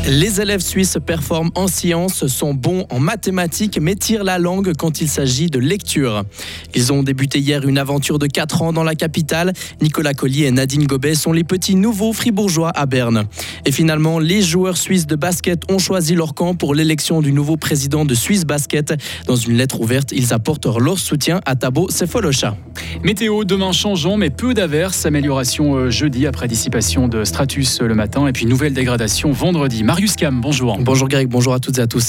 Les élèves suisses performent en sciences, sont bons en mathématiques, mais tirent la langue quand il s'agit de lecture. Ils ont débuté hier une aventure de 4 ans dans la capitale. Nicolas Colli et Nadine Gobet sont les petits nouveaux fribourgeois à Berne. Et finalement, les joueurs suisses de basket ont choisi leur camp pour l'élection du nouveau président de Suisse Basket. Dans une lettre ouverte, ils apportent leur soutien à Thabo Sefolosha. Météo, demain changeant, mais peu d'averses. Amélioration jeudi après dissipation de stratus le matin. Et puis nouvelle dégradation vendredi. Marius Cam, bonjour. Bonjour Greg, bonjour à toutes et à tous.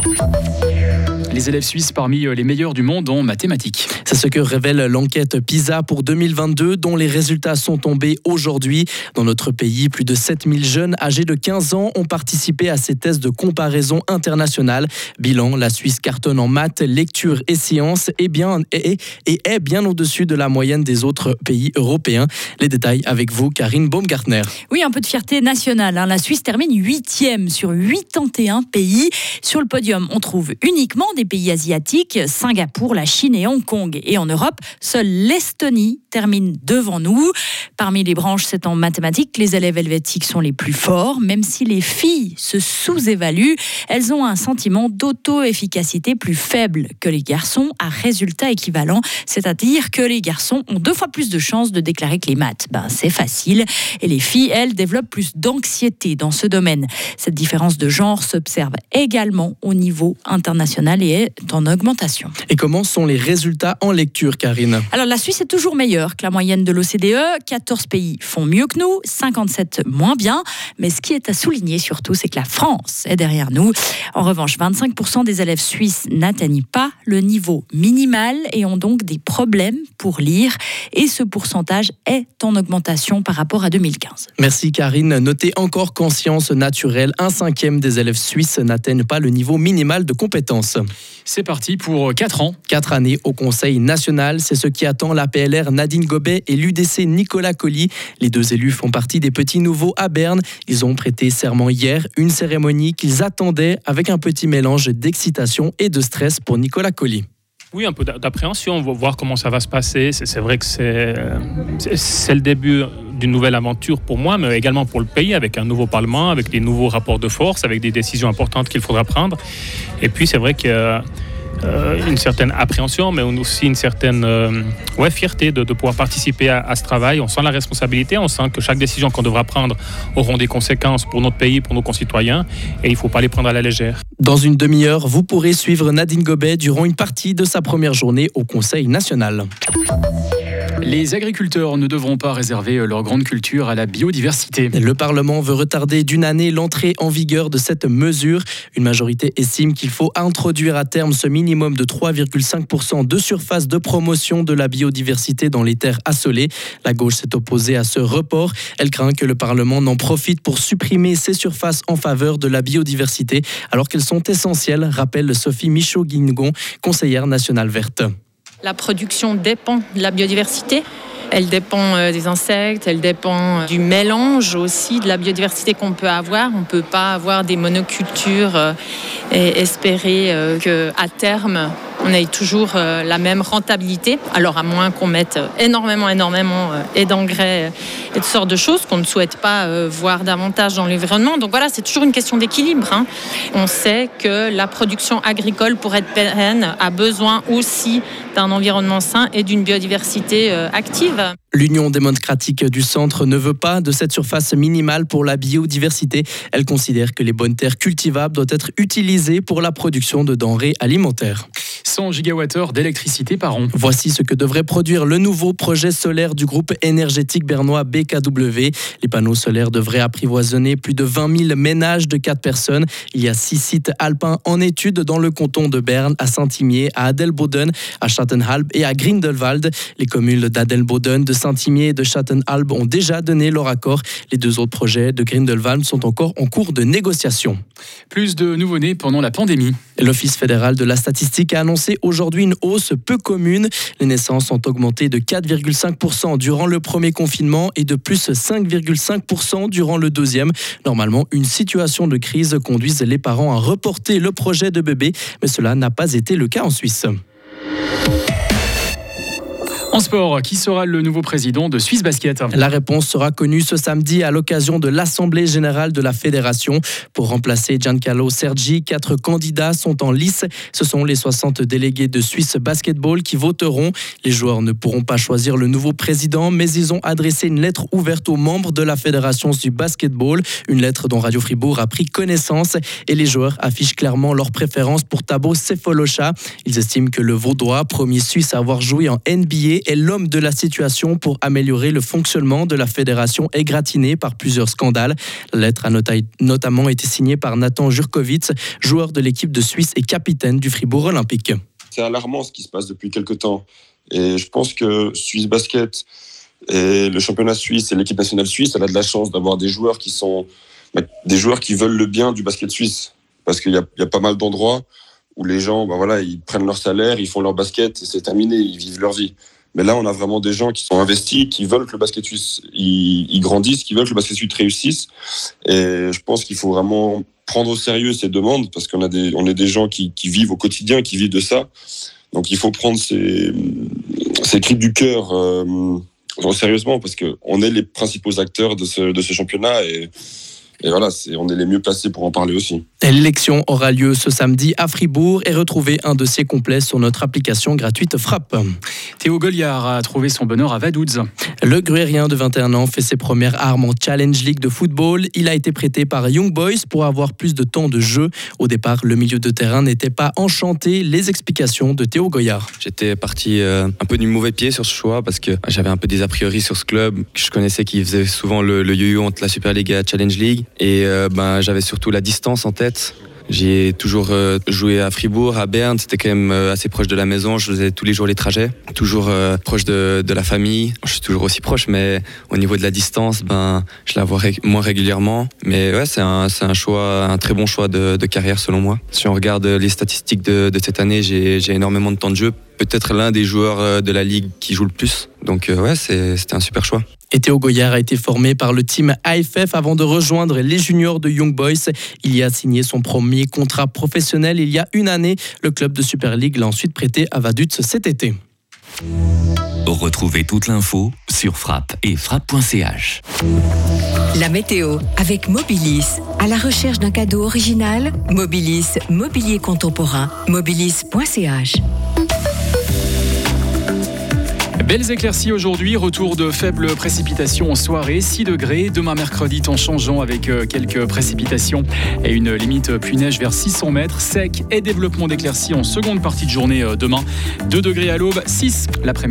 Les élèves suisses parmi les meilleurs du monde en mathématiques. C'est ce que révèle l'enquête PISA pour 2022, dont les résultats sont tombés aujourd'hui. Dans notre pays, plus de 7000 jeunes âgés de 15 ans ont participé à ces tests de comparaison internationale. Bilan, la Suisse cartonne en maths, lecture et sciences et est bien au-dessus de la moyenne des autres pays européens. Les détails avec vous, Karine Baumgartner. Oui, un peu de fierté nationale. La Suisse termine 8e sur 81 pays. Sur le podium, on trouve uniquement des pays asiatiques, Singapour, la Chine et Hong Kong. Et en Europe, seule l'Estonie termine devant nous. Parmi les branches, c'est en mathématiques. Les élèves helvétiques sont les plus forts. Même si les filles se sous-évaluent, elles ont un sentiment d'auto-efficacité plus faible que les garçons à résultat équivalent. C'est-à-dire que les garçons ont 2 fois plus de chances de déclarer que les maths, c'est facile. Et les filles, elles, développent plus d'anxiété dans ce domaine. Cette différence de genre s'observe également au niveau international et est en augmentation. Et comment sont les résultats en lecture, Karine ? Alors la Suisse est toujours meilleure que la moyenne de l'OCDE. 14 pays font mieux que nous, 57 moins bien. Mais ce qui est à souligner surtout, c'est que la France est derrière nous. En revanche, 25% des élèves suisses n'atteignent pas le niveau minimal et ont donc des problèmes pour lire. Et ce pourcentage est en augmentation par rapport à 2015. Merci Karine. Notez encore qu'en sciences naturelles, 1/5 des élèves suisses n'atteignent pas le niveau minimal de compétences. C'est parti pour 4 ans. 4 années au Conseil national, c'est ce qui attend la PLR Nadine Gobet et l'UDC Nicolas Colli. Les 2 élus font partie des petits nouveaux à Berne. Ils ont prêté serment hier, une cérémonie qu'ils attendaient avec un petit mélange d'excitation et de stress pour Nicolas Colli. Oui, un peu d'appréhension, on va voir comment ça va se passer. C'est vrai que c'est le début d'une nouvelle aventure pour moi, mais également pour le pays, avec un nouveau Parlement, avec des nouveaux rapports de force, avec des décisions importantes qu'il faudra prendre. Et puis c'est vrai qu'il y a une certaine appréhension, mais aussi une certaine fierté de pouvoir participer à ce travail. On sent la responsabilité, on sent que chaque décision qu'on devra prendre aura des conséquences pour notre pays, pour nos concitoyens, et il ne faut pas les prendre à la légère. Dans une demi-heure, vous pourrez suivre Nadine Gobet durant une partie de sa première journée au Conseil national. Les agriculteurs ne devront pas réserver leur grande culture à la biodiversité. Le Parlement veut retarder d'1 année l'entrée en vigueur de cette mesure. Une majorité estime qu'il faut introduire à terme ce minimum de 3,5% de surface de promotion de la biodiversité dans les terres assolées. La gauche s'est opposée à ce report. Elle craint que le Parlement n'en profite pour supprimer ces surfaces en faveur de la biodiversité, alors qu'elles sont essentielles, rappelle Sophie Michaud-Guingon, conseillère nationale verte. La production dépend de la biodiversité. Elle dépend des insectes, elle dépend du mélange aussi de la biodiversité qu'on peut avoir. On ne peut pas avoir des monocultures et espérer qu'à terme, on ait toujours la même rentabilité. Alors à moins qu'on mette énormément et d'engrais et de toutes sortes de choses qu'on ne souhaite pas voir davantage dans l'environnement. Donc voilà, c'est toujours une question d'équilibre. On sait que la production agricole, pour être pérenne, a besoin aussi d'un environnement sain et d'une biodiversité active. L'Union démocratique du centre ne veut pas de cette surface minimale pour la biodiversité. Elle considère que les bonnes terres cultivables doivent être utilisées pour la production de denrées alimentaires. 100 gigawattheures d'électricité par an. Voici ce que devrait produire le nouveau projet solaire du groupe énergétique bernois BKW. Les panneaux solaires devraient apprivoisonner plus de 20 000 ménages de 4 personnes. Il y a 6 sites alpins en étude dans le canton de Berne, à Saint-Imier, à Adelboden, à Schattenhalb et à Grindelwald. Les communes d'Adelboden, de Saint-Imier et de Schattenhalb ont déjà donné leur accord. Les 2 autres projets de Grindelwald sont encore en cours de négociation. Plus de nouveau-nés pendant la pandémie. L'Office fédéral de la statistique a annoncé aujourd'hui une hausse peu commune. Les naissances ont augmenté de 4,5% durant le premier confinement et de plus 5,5% durant le deuxième. Normalement, une situation de crise conduise les parents à reporter le projet de bébé, mais cela n'a pas été le cas en Suisse. En sport, qui sera le nouveau président de Suisse Basket ? La réponse sera connue ce samedi à l'occasion de l'Assemblée générale de la Fédération. Pour remplacer Giancarlo Sergi, 4 candidats sont en lice. Ce sont les 60 délégués de Suisse Basketball qui voteront. Les joueurs ne pourront pas choisir le nouveau président, mais ils ont adressé une lettre ouverte aux membres de la Fédération du basketball. Une lettre dont Radio Fribourg a pris connaissance. Et les joueurs affichent clairement leur préférence pour Thabo Sefolosha. Ils estiment que le Vaudois, premier Suisse à avoir joué en NBA, est l'homme de la situation pour améliorer le fonctionnement de la fédération égratigné par plusieurs scandales. La lettre a notamment été signée par Nathan Jurkovic, joueur de l'équipe de Suisse et capitaine du Fribourg Olympique. C'est alarmant ce qui se passe depuis quelques temps. Et je pense que Suisse Basket et le championnat suisse et l'équipe nationale suisse, elle a de la chance d'avoir des joueurs qui veulent le bien du basket suisse. Parce qu'il y a pas mal d'endroits où les gens, ils prennent leur salaire, ils font leur basket et c'est terminé, ils vivent leur vie. Mais là, on a vraiment des gens qui sont investis, qui veulent que le basket suisse ils grandisse, qui veulent que le basket suisse réussisse. Et je pense qu'il faut vraiment prendre au sérieux ces demandes parce qu'on est des gens qui vivent au quotidien, qui vivent de ça. Donc il faut prendre ces cris du cœur sérieusement parce qu'on est les principaux acteurs de ce championnat et voilà, on est les mieux placés pour en parler aussi. L'élection aura lieu ce samedi à Fribourg et retrouvez un dossier complet sur notre application gratuite Frappe. Théo Goliard a trouvé son bonheur à Vaduz. Le Gruérien de 21 ans fait ses premières armes en Challenge League de football. Il a été prêté par Young Boys pour avoir plus de temps de jeu. Au départ, le milieu de terrain n'était pas enchanté. Les explications de Théo Goyard. J'étais parti un peu du mauvais pied sur ce choix parce que j'avais un peu des a priori sur ce club. Je connaissais qu'il faisait souvent le yo-yo entre la Super League et la Challenge League. Et j'avais surtout la distance en tête. J'ai toujours joué à Fribourg, à Berne, c'était quand même assez proche de la maison, je faisais tous les jours les trajets, toujours proche de la famille. Je suis toujours aussi proche, mais au niveau de la distance, je la vois moins régulièrement. Mais ouais, c'est un très bon choix de carrière selon moi. Si on regarde les statistiques de cette année, j'ai énormément de temps de jeu. Peut-être l'un des joueurs de la Ligue qui joue le plus. Donc c'était un super choix. Et Théo Goyard a été formé par le team AFF avant de rejoindre les juniors de Young Boys. Il y a signé son premier contrat professionnel il y a une année. Le club de Super League l'a ensuite prêté à Vaduz cet été. Retrouvez toute l'info sur Frappe et frappe.ch. La météo avec Mobilis. À la recherche d'un cadeau original, Mobilis, mobilier contemporain, mobilis.ch. Belles éclaircies aujourd'hui, retour de faibles précipitations en soirée, 6 degrés. Demain mercredi, temps changeant avec quelques précipitations et une limite pluie-neige vers 600 mètres. Sec et développement d'éclaircies en seconde partie de journée demain. 2 degrés à l'aube, 6 l'après-midi.